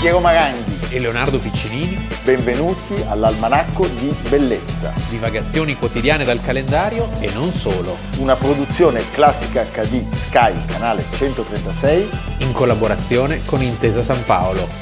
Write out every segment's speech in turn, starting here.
Piero Maranghi e Leonardo Piccinini. Benvenuti all'Almanacco di Bellezza. Divagazioni quotidiane dal calendario e non solo. Una produzione Classica HD Sky, canale 136. In collaborazione con Intesa San Paolo.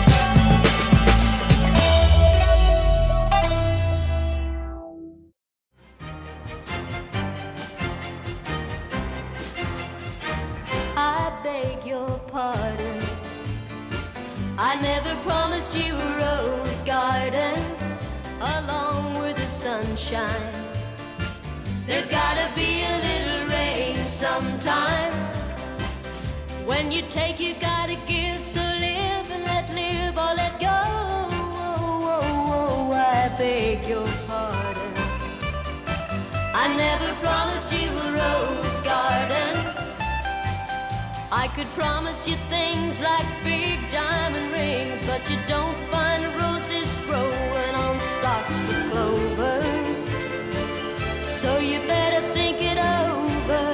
I never promised you a rose garden along with the sunshine. There's gotta be a little rain sometime. When you take, you gotta give. So live and let live or let go. Oh, oh, oh, I beg your pardon. I never promised you a rose garden. I could promise you things like big diamond rings, but you don't find roses growing on stalks of clover. So you better think it over.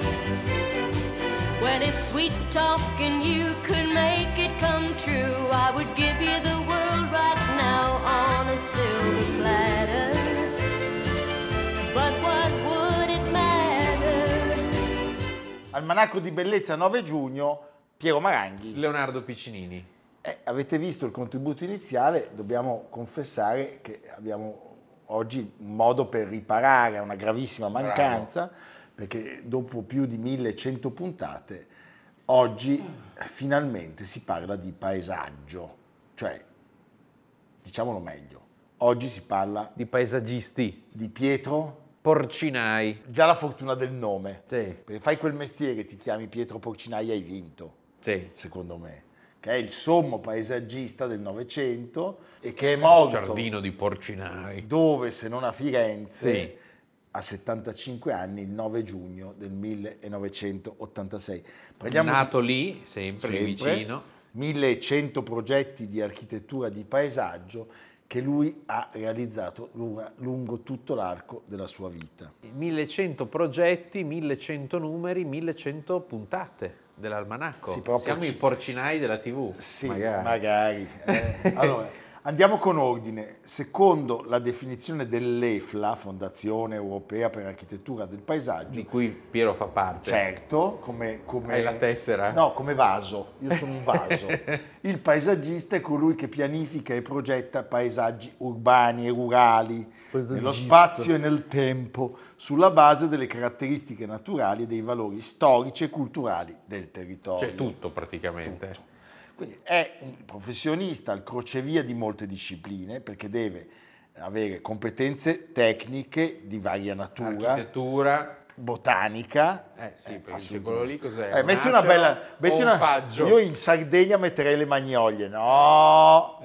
Well, if sweet talking you could make it come true, I would give you the world right now on a silver platter. But what would it matter? Almanacco di Bellezza 9 giugno, Piero Maranghi. Leonardo Piccinini. Avete visto il contributo iniziale, dobbiamo confessare che abbiamo oggi un modo per riparare a una gravissima mancanza. Bravo. Perché dopo più di 1100 puntate, oggi finalmente si parla di paesaggio, cioè, diciamolo meglio, oggi si parla di paesaggisti, di Pietro Porcinai. Già la fortuna del nome, sì. Perché fai quel mestiere, ti chiami Pietro Porcinai, hai vinto, sì. Secondo me, che è il sommo paesaggista del Novecento e che è morto Giardino di Porcinai, dove se non a Firenze, sì. A 75 anni, il 9 giugno del 1986. Nato lì, sempre vicino. 1100 progetti di architettura di paesaggio che lui ha realizzato lungo tutto l'arco della sua vita. 1100 progetti, 1100 numeri, 1100 puntate dell'almanacco. Sì, siamo i porcinai della TV. Sì, magari. Allora, andiamo con ordine. Secondo la definizione dell'EFLA, Fondazione Europea per l'Architettura del Paesaggio, di cui Piero fa parte. Certo, come hai la tessera? No, come vaso. Io sono un vaso. Il paesaggista è colui che pianifica e progetta paesaggi urbani e rurali nello spazio e nel tempo, sulla base delle caratteristiche naturali e dei valori storici e culturali del territorio. Cioè tutto praticamente. Tutto. Quindi è un professionista al crocevia di molte discipline, perché deve avere competenze tecniche di varia natura. Architettura. Botanica. Sì, perché quello lì cos'è? Metti una bella... faggio. Io in Sardegna metterei le magnolie. No,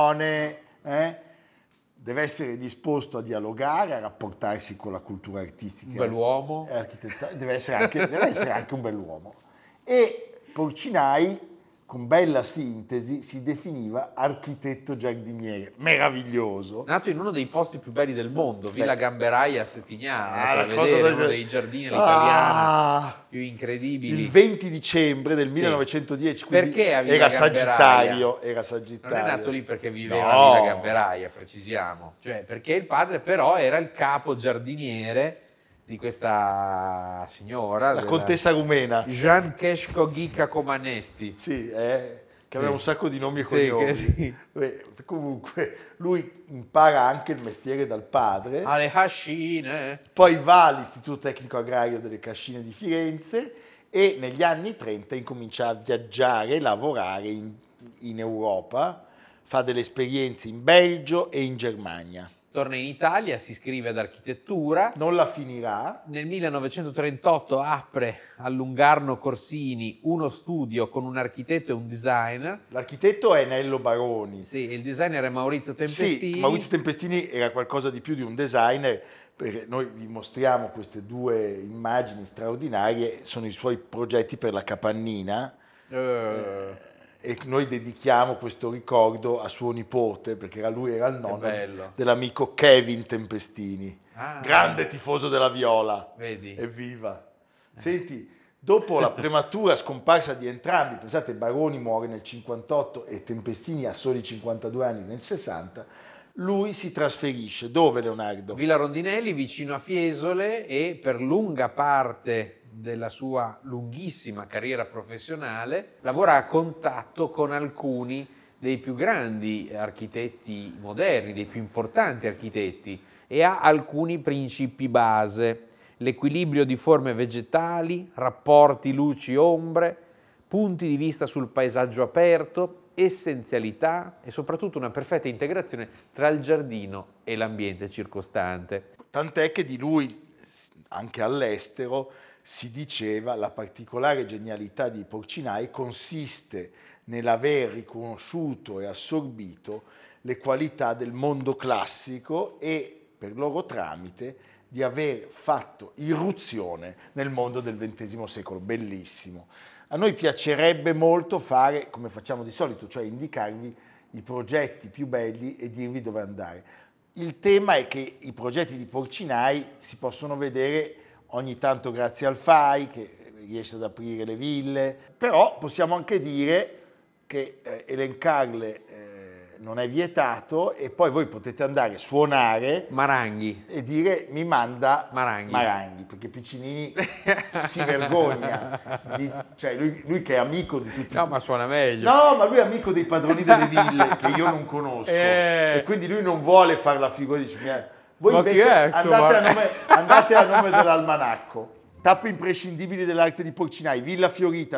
Deve essere disposto a dialogare, a rapportarsi con la cultura artistica. Un bell'uomo. Deve essere anche un bell'uomo. E Porcinai, con bella sintesi, si definiva architetto giardiniere. Meraviglioso. Nato in uno dei posti più belli del mondo, Villa Gamberaia a Settignano, per vedere uno dei giardini all'italiana più incredibili. Il 20 dicembre del 1910, perché a Villa era Gamberaia? Sagittario. Non è nato lì perché viveva a Villa Gamberaia, precisiamo. Cioè, perché il padre però era il capo giardiniere di questa signora, la contessa rumena Jean Keschko Ghica Comanesti. Sì, che aveva un sacco di nomi e cognomi. Comunque lui impara anche il mestiere dal padre. Alle Cascine. Poi va all'Istituto Tecnico Agrario delle Cascine di Firenze e negli anni 30 incomincia a viaggiare e lavorare in Europa, fa delle esperienze in Belgio e in Germania. Torna in Italia, si iscrive ad architettura. Non la finirà. Nel 1938 apre a Lungarno Corsini uno studio con un architetto e un designer. L'architetto è Nello Baroni. Sì, il designer è Maurizio Tempestini. Sì, Maurizio Tempestini era qualcosa di più di un designer, perché noi vi mostriamo queste due immagini straordinarie, sono i suoi progetti per la Capannina. E noi dedichiamo questo ricordo a suo nipote, perché lui era il nonno dell'amico Kevin Tempestini, grande tifoso della Viola. Vedi? Evviva! Senti, Dopo la prematura scomparsa di entrambi, pensate, Baroni muore nel 58 e Tempestini ha soli 52 anni nel 60, lui si trasferisce. Dove, Leonardo? Villa Rondinelli, vicino a Fiesole, e per lunga parte della sua lunghissima carriera professionale lavora a contatto con alcuni dei più grandi architetti moderni, dei più importanti architetti, e ha alcuni principi base: l'equilibrio di forme vegetali, rapporti luci-ombre, punti di vista sul paesaggio aperto, essenzialità e soprattutto una perfetta integrazione tra il giardino e l'ambiente circostante. Tant'è che di lui, anche all'estero, si diceva la particolare genialità di Porcinai consiste nell'aver riconosciuto e assorbito le qualità del mondo classico e, per loro tramite, di aver fatto irruzione nel mondo del XX secolo. Bellissimo. A noi piacerebbe molto fare, come facciamo di solito, cioè indicarvi i progetti più belli e dirvi dove andare. Il tema è che i progetti di Porcinai si possono vedere ogni tanto grazie al FAI, che riesce ad aprire le ville, però possiamo anche dire che elencarle non è vietato, e poi voi potete andare a suonare Maranghi. e dire mi manda Maranghi, perché Piccinini si vergogna, cioè lui che è amico di tutti. No, ma suona meglio. No, ma lui è amico dei padroni delle ville che io non conosco e quindi lui non vuole fare la figura di voi ma invece andate a nome dell'almanacco. Tappe imprescindibili dell'arte di Porcinai: Villa Fiorita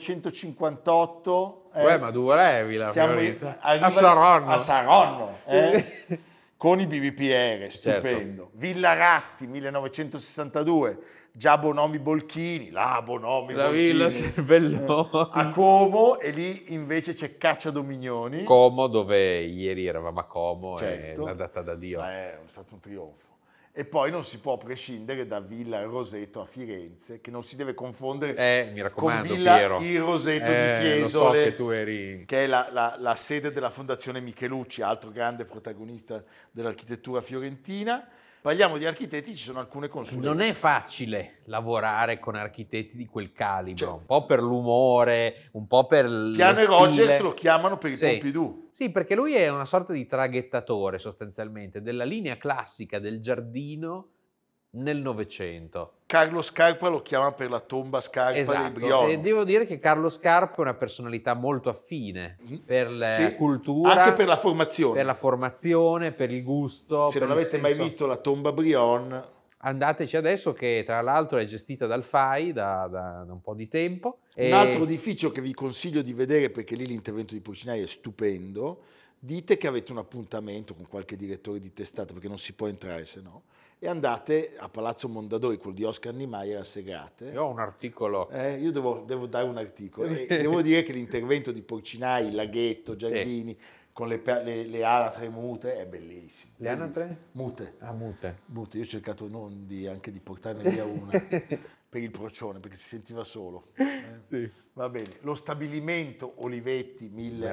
1958. Ma dove è Villa Fiorita? A Saronno. Con i BBPR, stupendo. Certo. Villa Ratti 1962, già Bonomi Bolchini, la Villa Cervelloni. A Como, e lì invece c'è Caccia Dominioni. Como, dove ieri eravamo a Como, certo. È andata da Dio. È stato un trionfo. E poi non si può prescindere da Villa Roseto a Firenze, che non si deve confondere mi raccomando, con Villa Piero. Il Roseto di Fiesole, so che tu eri... che è la sede della Fondazione Michelucci, altro grande protagonista dell'architettura fiorentina. Parliamo di architetti, ci sono alcune consulenze. Non è facile lavorare con architetti di quel calibro, un po' per l'umore, un po' per Piano e Rogers lo chiamano per il Pompidou. Sì, perché lui è una sorta di traghettatore sostanzialmente della linea classica del giardino nel Novecento. Carlo Scarpa lo chiama per la tomba Scarpa dei Brion. E devo dire che Carlo Scarpa è una personalità molto affine per la cultura, anche per la formazione. Per la formazione, per il gusto. Se non avete mai visto la tomba Brion, andateci adesso, che tra l'altro è gestita dal FAI da un po' di tempo. Un altro edificio che vi consiglio di vedere, perché lì l'intervento di Porcinai è stupendo. Dite che avete un appuntamento con qualche direttore di testata, perché non si può entrare se no, e andate a Palazzo Mondadori, quello di Oscar Niemeyer, a Segrate. Io ho un articolo. Io devo dare un articolo. E devo dire che l'intervento di Porcinai, il laghetto, giardini, con le anatre mute, è bellissimo. Le anatre? Mute. Ah, mute. Io ho cercato anche di portarne via una per il procione, perché si sentiva solo. Sì. Va bene. Lo stabilimento Olivetti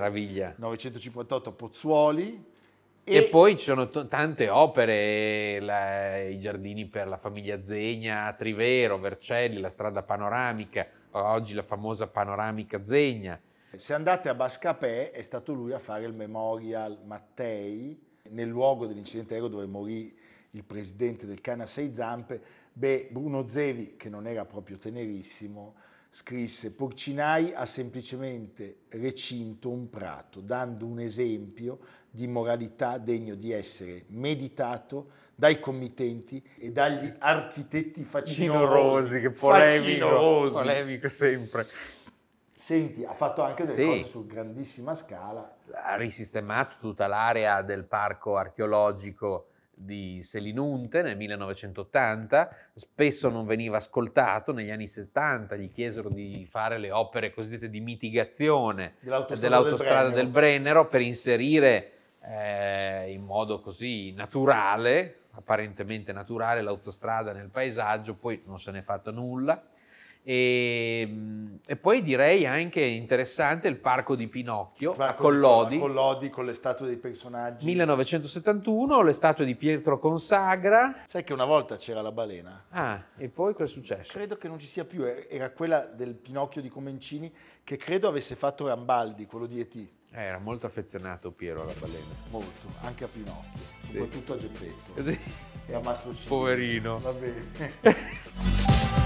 1958 a Pozzuoli. E poi ci sono tante opere, i giardini per la famiglia Zegna a Trivero, Vercelli, la strada panoramica, oggi la famosa panoramica Zegna. Se andate a Bascapè, è stato lui a fare il Memorial Mattei, nel luogo dell'incidente aereo dove morì il presidente del Cane a 6 zampe. Bruno Zevi, che non era proprio tenerissimo, scrisse: Porcinai ha semplicemente recinto un prato, dando un esempio di moralità degno di essere meditato dai committenti e dagli architetti facinorosi. Che polemico sempre. Senti, ha fatto anche delle cose su grandissima scala. Ha risistemato tutta l'area del parco archeologico di Selinunte nel 1980, spesso non veniva ascoltato. Negli anni 70 gli chiesero di fare le opere cosiddette di mitigazione dell'autostrada del Brennero per inserire in modo così naturale, apparentemente naturale, l'autostrada nel paesaggio. Poi non se n'è fatto nulla. E poi direi anche interessante il Parco di Pinocchio a Collodi. Collodi, Con le statue dei personaggi. 1971, le statue di Pietro Consagra. Sai che una volta c'era la balena? Ah, e poi cosa è successo? Credo che non ci sia più, era quella del Pinocchio di Comencini che credo avesse fatto Rambaldi, quello di E.T. Era molto affezionato Piero alla balena. Molto, anche a Pinocchio, soprattutto a Geppetto Sì. e a Mastro Cigno. Poverino. Va bene.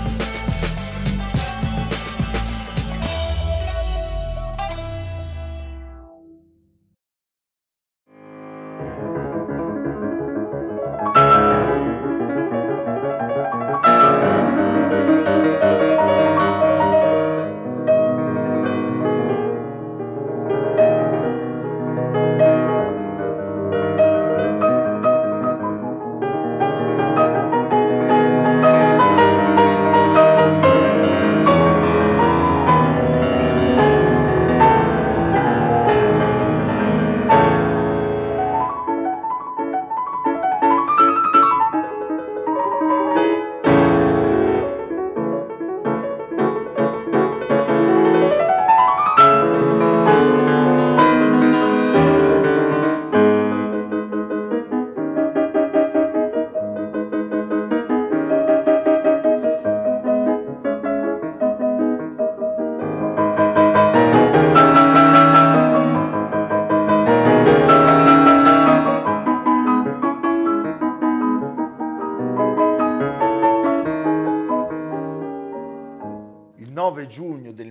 Il 9 giugno del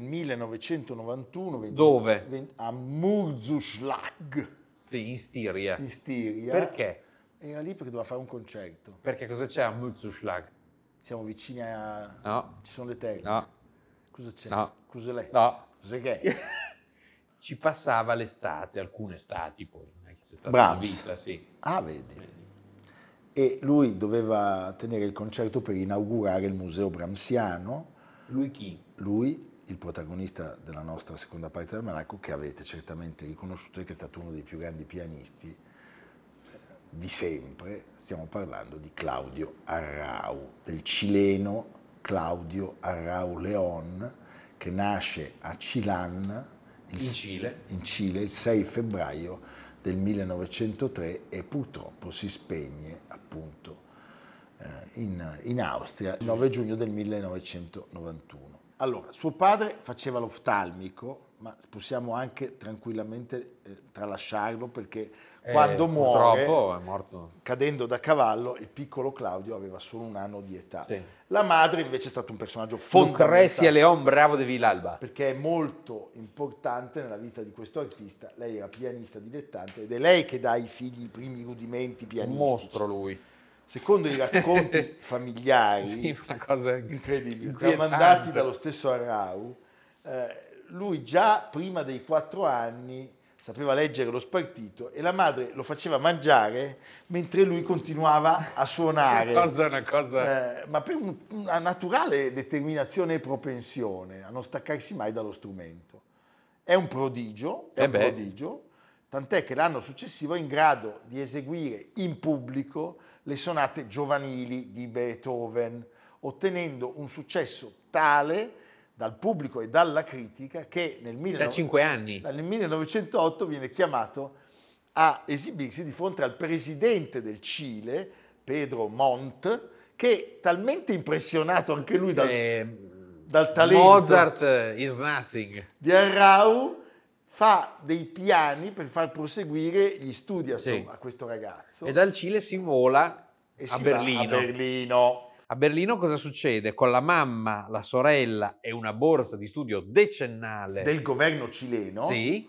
1991 Dove? a Murzuschlag Sì, in Stiria. in Stiria. Perché? Era lì perché doveva fare un concerto. Perché cosa c'è a Mutzuschlag? Siamo vicini a... No. Ci sono le terme. No. Cosa c'è? No. Cos'è lei? No. Cos'è che è? Ci passava l'estate, alcune estati poi, non è che c'è stata Brahms. una vita, sì. Ah, vedi. E lui doveva tenere il concerto per inaugurare il museo Brahmsiano. Lui chi? Lui, il protagonista della nostra seconda parte del Manacco, che avete certamente riconosciuto e che è stato uno dei più grandi pianisti di sempre. Stiamo parlando di Claudio Arrau, del cileno Claudio Arrau León, che nasce a Chillán, In Cile. in Cile, il 6 febbraio del 1903 e purtroppo si spegne appunto in Austria il 9 giugno del 1991. Allora, suo padre faceva l'oftalmico, ma possiamo anche tranquillamente tralasciarlo perché quando muore, Purtroppo è morto. cadendo da cavallo, il piccolo Claudio aveva solo 1 anno di età. Sì. La madre invece è stata un personaggio Lucrezia fondamentale León Bravo de Villalba. perché è molto importante nella vita di questo artista. Lei era pianista dilettante ed è lei che dà ai figli i primi rudimenti Un pianistici. mostro lui. Secondo i racconti familiari, Sì, una cosa incredibili, inquietante. tramandati dallo stesso Arrau, lui già prima dei 4 anni sapeva leggere lo spartito e la madre lo faceva mangiare mentre lui continuava a suonare. Una cosa. Ma per una naturale determinazione e propensione a non staccarsi mai dallo strumento. È un prodigio, prodigio, tant'è che l'anno successivo è in grado di eseguire in pubblico le sonate giovanili di Beethoven, ottenendo un successo tale dal pubblico e dalla critica che Da 5 anni. nel 1908 viene chiamato a esibirsi di fronte al presidente del Cile, Pedro Montt, che talmente impressionato anche lui dal talento Mozart is nothing. di Arrau, fa dei piani per far proseguire gli studi a questo ragazzo. E dal Cile si vola E a si va Berlino. a Berlino. A Berlino cosa succede? Con la mamma, la sorella e una borsa di studio decennale Del governo cileno. Sì,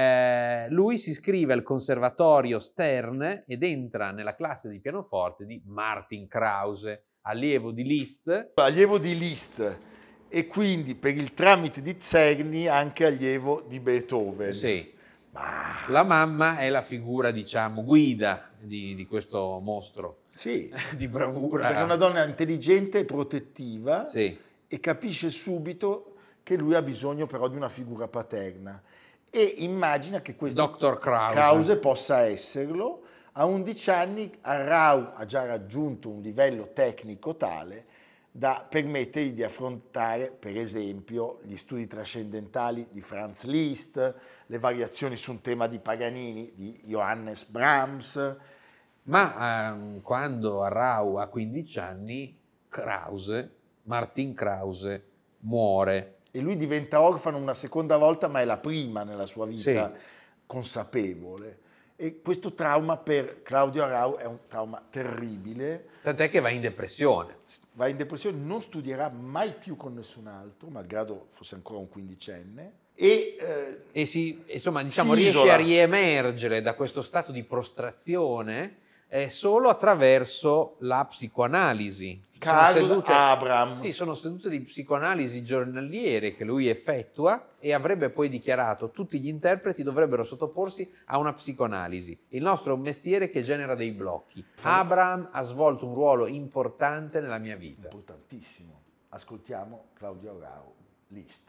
lui si iscrive al conservatorio Stern ed entra nella classe di pianoforte di Martin Krause, allievo di Liszt. Allievo di Liszt e quindi per il tramite di Czerny anche allievo di Beethoven. Sì. La mamma è la figura, diciamo, guida di questo mostro. Sì, Di bravura. perché è una donna intelligente e protettiva Sì. e capisce subito che lui ha bisogno però di una figura paterna e immagina che questo Dr. Krause possa esserlo. A 11 anni Arrau ha già raggiunto un livello tecnico tale da permettergli di affrontare, per esempio, gli studi trascendentali di Franz Liszt, le variazioni su un tema di Paganini di Johannes Brahms. Ma quando Arrau ha 15 anni, Martin Krause, muore. E lui diventa orfano una seconda volta, ma è la prima nella sua vita Sì. consapevole. E questo trauma per Claudio Arrau è un trauma terribile. Tant'è che va in depressione. Va in depressione, non studierà mai più con nessun altro, malgrado fosse ancora un quindicenne. E Insomma, si riesce isola. a riemergere da questo stato di prostrazione solo attraverso la psicoanalisi. Abraham. Sì, sono sedute di psicoanalisi giornaliere che lui effettua e avrebbe poi dichiarato: tutti gli interpreti dovrebbero sottoporsi a una psicoanalisi. Il nostro è un mestiere che genera dei blocchi. Abraham ha svolto un ruolo importante nella mia vita. Importantissimo. Ascoltiamo Claudio Arrau, Liszt.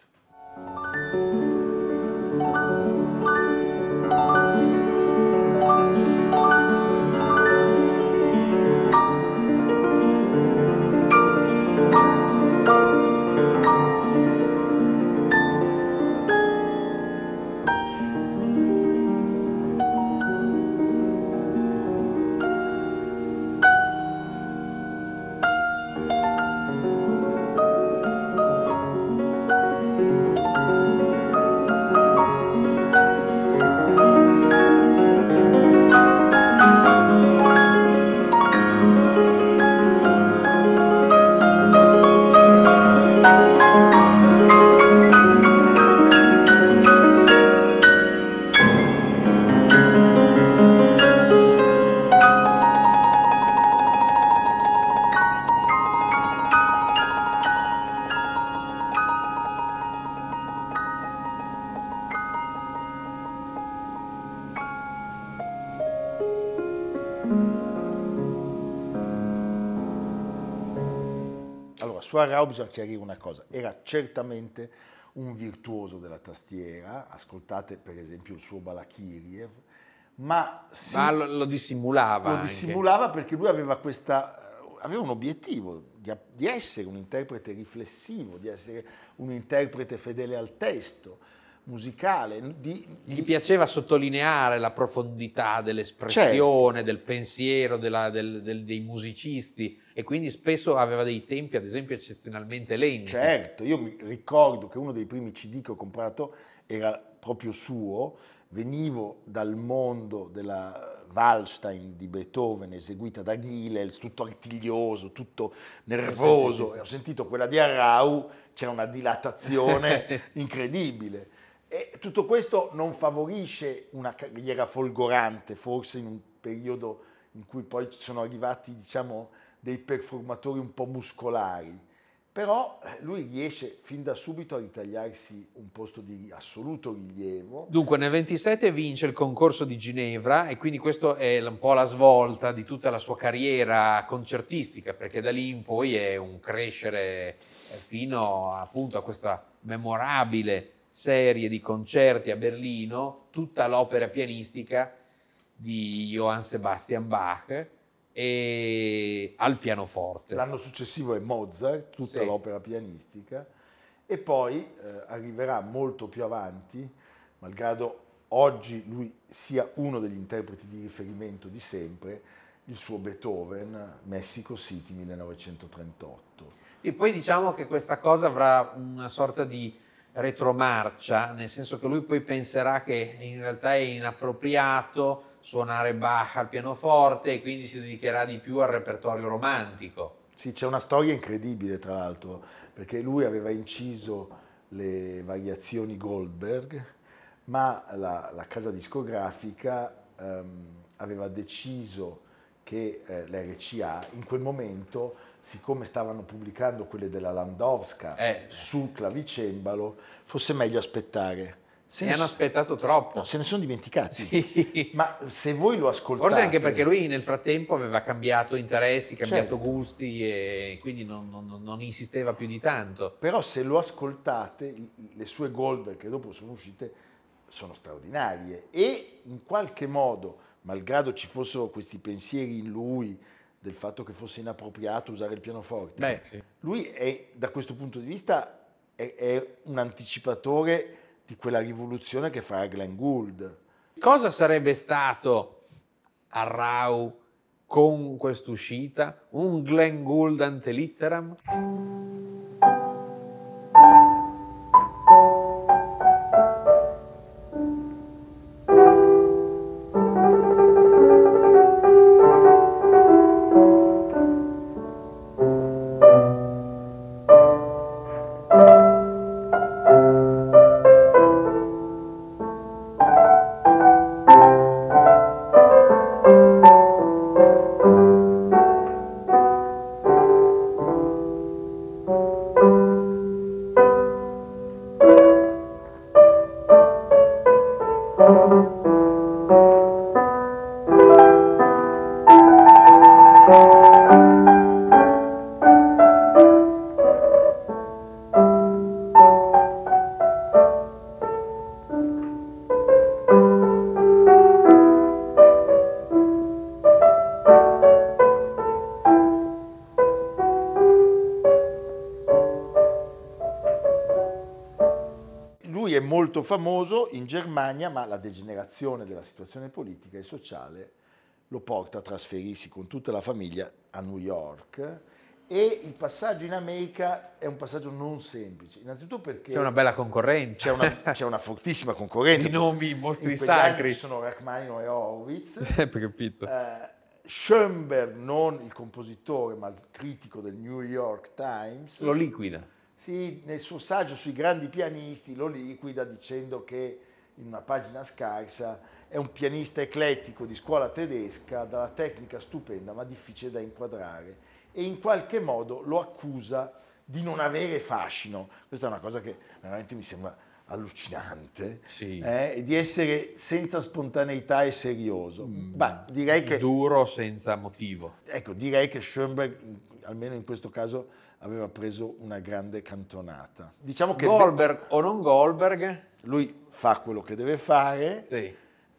Allora, su Arrau bisogna chiarire una cosa: era certamente un virtuoso della tastiera, ascoltate per esempio il suo Balakirev, ma Lo dissimulava. lo anche. dissimulava perché lui aveva un obiettivo di essere un interprete riflessivo, di essere un interprete fedele al testo musicale. Gli piaceva sottolineare la profondità dell'espressione, Certo. del pensiero dei musicisti, e quindi spesso aveva dei tempi, ad esempio, eccezionalmente lenti. Certo, io mi ricordo che uno dei primi CD che ho comprato era proprio suo, venivo dal mondo della Wallstein di Beethoven eseguita da Gilels, tutto artiglioso, tutto nervoso, Sì. e ho sentito quella di Arrau, c'era una dilatazione incredibile. E tutto questo non favorisce una carriera folgorante, forse in un periodo in cui poi ci sono arrivati, diciamo, dei performatori un po' muscolari. Però lui riesce fin da subito a ritagliarsi un posto di assoluto rilievo. Dunque nel 27 vince il concorso di Ginevra, e quindi questo è un po' la svolta di tutta la sua carriera concertistica, perché da lì in poi è un crescere fino appunto a questa memorabile serie di concerti a Berlino, tutta l'opera pianistica di Johann Sebastian Bach e al pianoforte. L'anno successivo è Mozart, tutta Sì. l'opera pianistica, e poi arriverà molto più avanti, malgrado oggi lui sia uno degli interpreti di riferimento di sempre, il suo Beethoven, Mexico City 1938. Sì, poi diciamo che questa cosa avrà una sorta di retromarcia, nel senso che lui poi penserà che in realtà è inappropriato suonare Bach al pianoforte, e quindi si dedicherà di più al repertorio romantico. Sì, c'è una storia incredibile tra l'altro, perché lui aveva inciso le variazioni Goldberg, ma la casa discografica aveva deciso che l'RCA in quel momento, siccome stavano pubblicando quelle della Landowska sul clavicembalo, fosse meglio aspettare. Hanno aspettato troppo. No, se ne sono dimenticati. Sì. Ma se voi lo ascoltate... Forse anche perché lui nel frattempo aveva cambiato interessi, cambiato Certo. gusti, e quindi non insisteva più di tanto. Però se lo ascoltate, le sue Goldberg che dopo sono uscite sono straordinarie, e in qualche modo, malgrado ci fossero questi pensieri in lui del fatto che fosse inappropriato usare il pianoforte. Beh, sì. Lui è, da questo punto di vista, è un anticipatore di quella rivoluzione che farà Glenn Gould. Cosa sarebbe stato a Rau con quest'uscita? Un Glenn Gould ante litteram? Lui è molto famoso in Germania, ma la degenerazione della situazione politica e sociale lo porta a trasferirsi con tutta la famiglia a New York, e il passaggio in America è un passaggio non semplice, innanzitutto perché C'è una bella concorrenza. c'è una fortissima concorrenza. Di nomi, mostri in quegli anni sacri. ci sono Rachmaninoff e Horowitz. Sempre capito. Schoenberg, non il compositore ma il critico del New York Times, Lo liquida. sì, nel suo saggio sui grandi pianisti lo liquida dicendo che, in una pagina scarsa, è un pianista eclettico di scuola tedesca, dalla tecnica stupenda ma difficile da inquadrare, e in qualche modo lo accusa di non avere fascino. Questa è una cosa che veramente mi sembra allucinante, Sì. E di essere senza spontaneità e serioso. Direi che, Duro senza motivo. ecco, direi che Schoenberg, almeno in questo caso, aveva preso una grande cantonata. Diciamo che Goldberg o non Goldberg? lui fa quello che deve fare, Sì.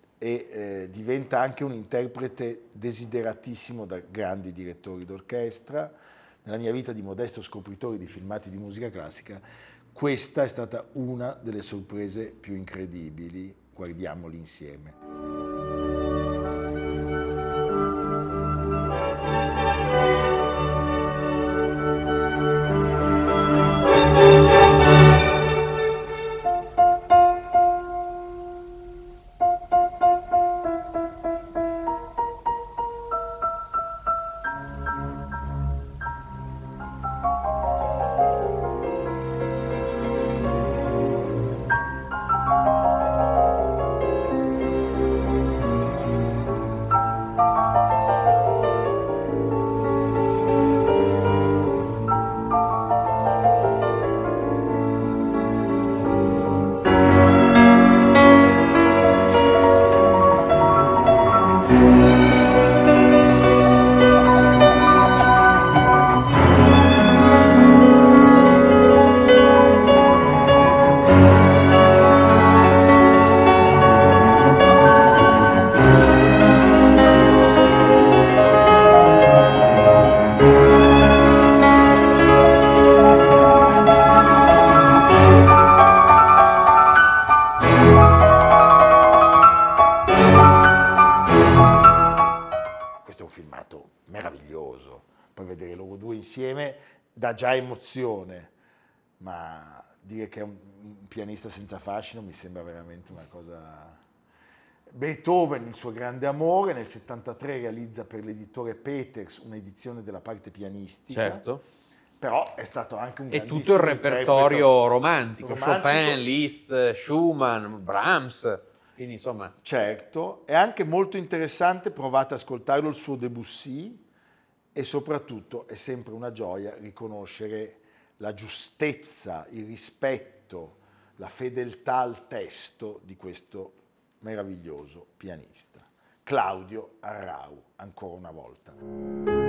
e diventa anche un interprete desideratissimo da grandi direttori d'orchestra. Nella mia vita di modesto scopritore di filmati di musica classica, questa è stata una delle sorprese più incredibili. Guardiamoli insieme. Meraviglioso, poi vedere loro due insieme dà già emozione, ma dire che è un pianista senza fascino mi sembra veramente una cosa. Beethoven, il suo grande amore, nel 73 realizza per l'editore Peters un'edizione della parte pianistica. Certo. Però è stato anche un E grandissimo tutto il repertorio interprete romantico, Chopin, Liszt, Schumann, Brahms, quindi insomma. Certo, è anche molto interessante, provate ad ascoltarlo, il suo Debussy, e soprattutto è sempre una gioia riconoscere la giustezza, il rispetto, la fedeltà al testo di questo meraviglioso pianista. Claudio Arrau, ancora una volta.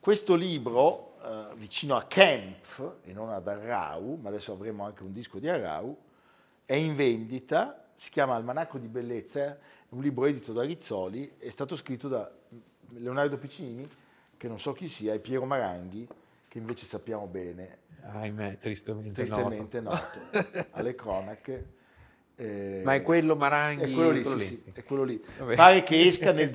Questo libro, vicino a Kempf e non ad Arrau, ma adesso avremo anche un disco di Arrau, è in vendita, si chiama Almanacco di Bellezza, è un libro edito da Rizzoli, è stato scritto da Leonardo Piccinini, che non so chi sia, e Piero Maranghi, che invece sappiamo bene, ahimè, tristemente noto alle cronache. Ma è quello Maranghi? È quello lì, sì, è quello lì. Pare che esca nel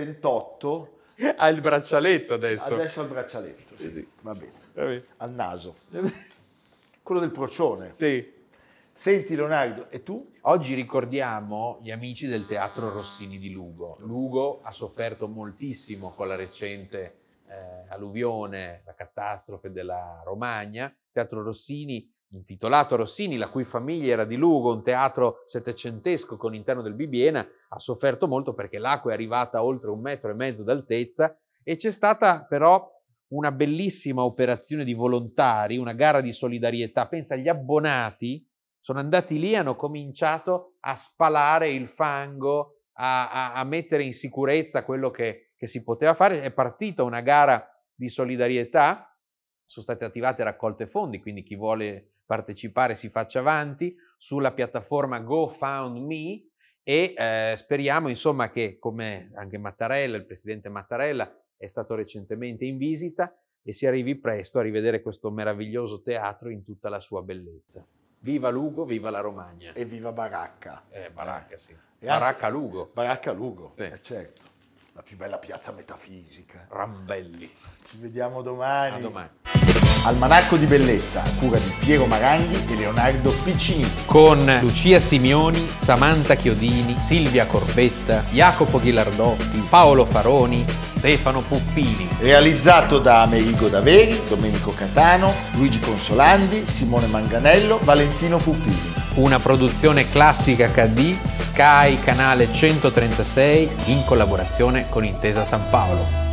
2028. Ha il braccialetto adesso. Adesso ha il braccialetto, sì. Va bene. Al naso. Quello del procione. Sì. Senti Leonardo, e tu? Oggi ricordiamo gli amici del Teatro Rossini di Lugo. Lugo ha sofferto moltissimo con la recente alluvione, la catastrofe della Romagna. Teatro Rossini, intitolato Rossini, la cui famiglia era di Lugo, un teatro settecentesco con interno del Bibbiena, ha sofferto molto perché l'acqua è arrivata a oltre 1,5 metri d'altezza e c'è stata però una bellissima operazione di volontari, una gara di solidarietà. Pensa, gli abbonati sono andati lì e hanno cominciato a spalare il fango, a mettere in sicurezza quello che si poteva fare. È partita una gara di solidarietà, sono state attivate raccolte fondi, quindi chi vuole partecipare si faccia avanti sulla piattaforma GoFundMe e speriamo insomma che, come anche Mattarella, il presidente Mattarella è stato recentemente in visita, e si arrivi presto a rivedere questo meraviglioso teatro in tutta la sua bellezza. Viva Lugo, viva la Romagna. E viva Baracca. Baracca, sì. E Baracca Lugo. Baracca Lugo, sì. Certo. La più bella piazza metafisica. Rambelli. Ci vediamo domani. A domani. Almanacco di Bellezza, a cura di Piero Maranghi e Leonardo Piccinini. Con Lucia Simioni, Samantha Chiodini, Silvia Corbetta, Jacopo Ghilardotti, Paolo Faroni, Stefano Puppini. Realizzato da Amerigo Daveri, Domenico Catano, Luigi Consolandi, Simone Manganello, Valentino Puppini. Una produzione Classica HD, Sky, canale 136, in collaborazione con Intesa San Paolo.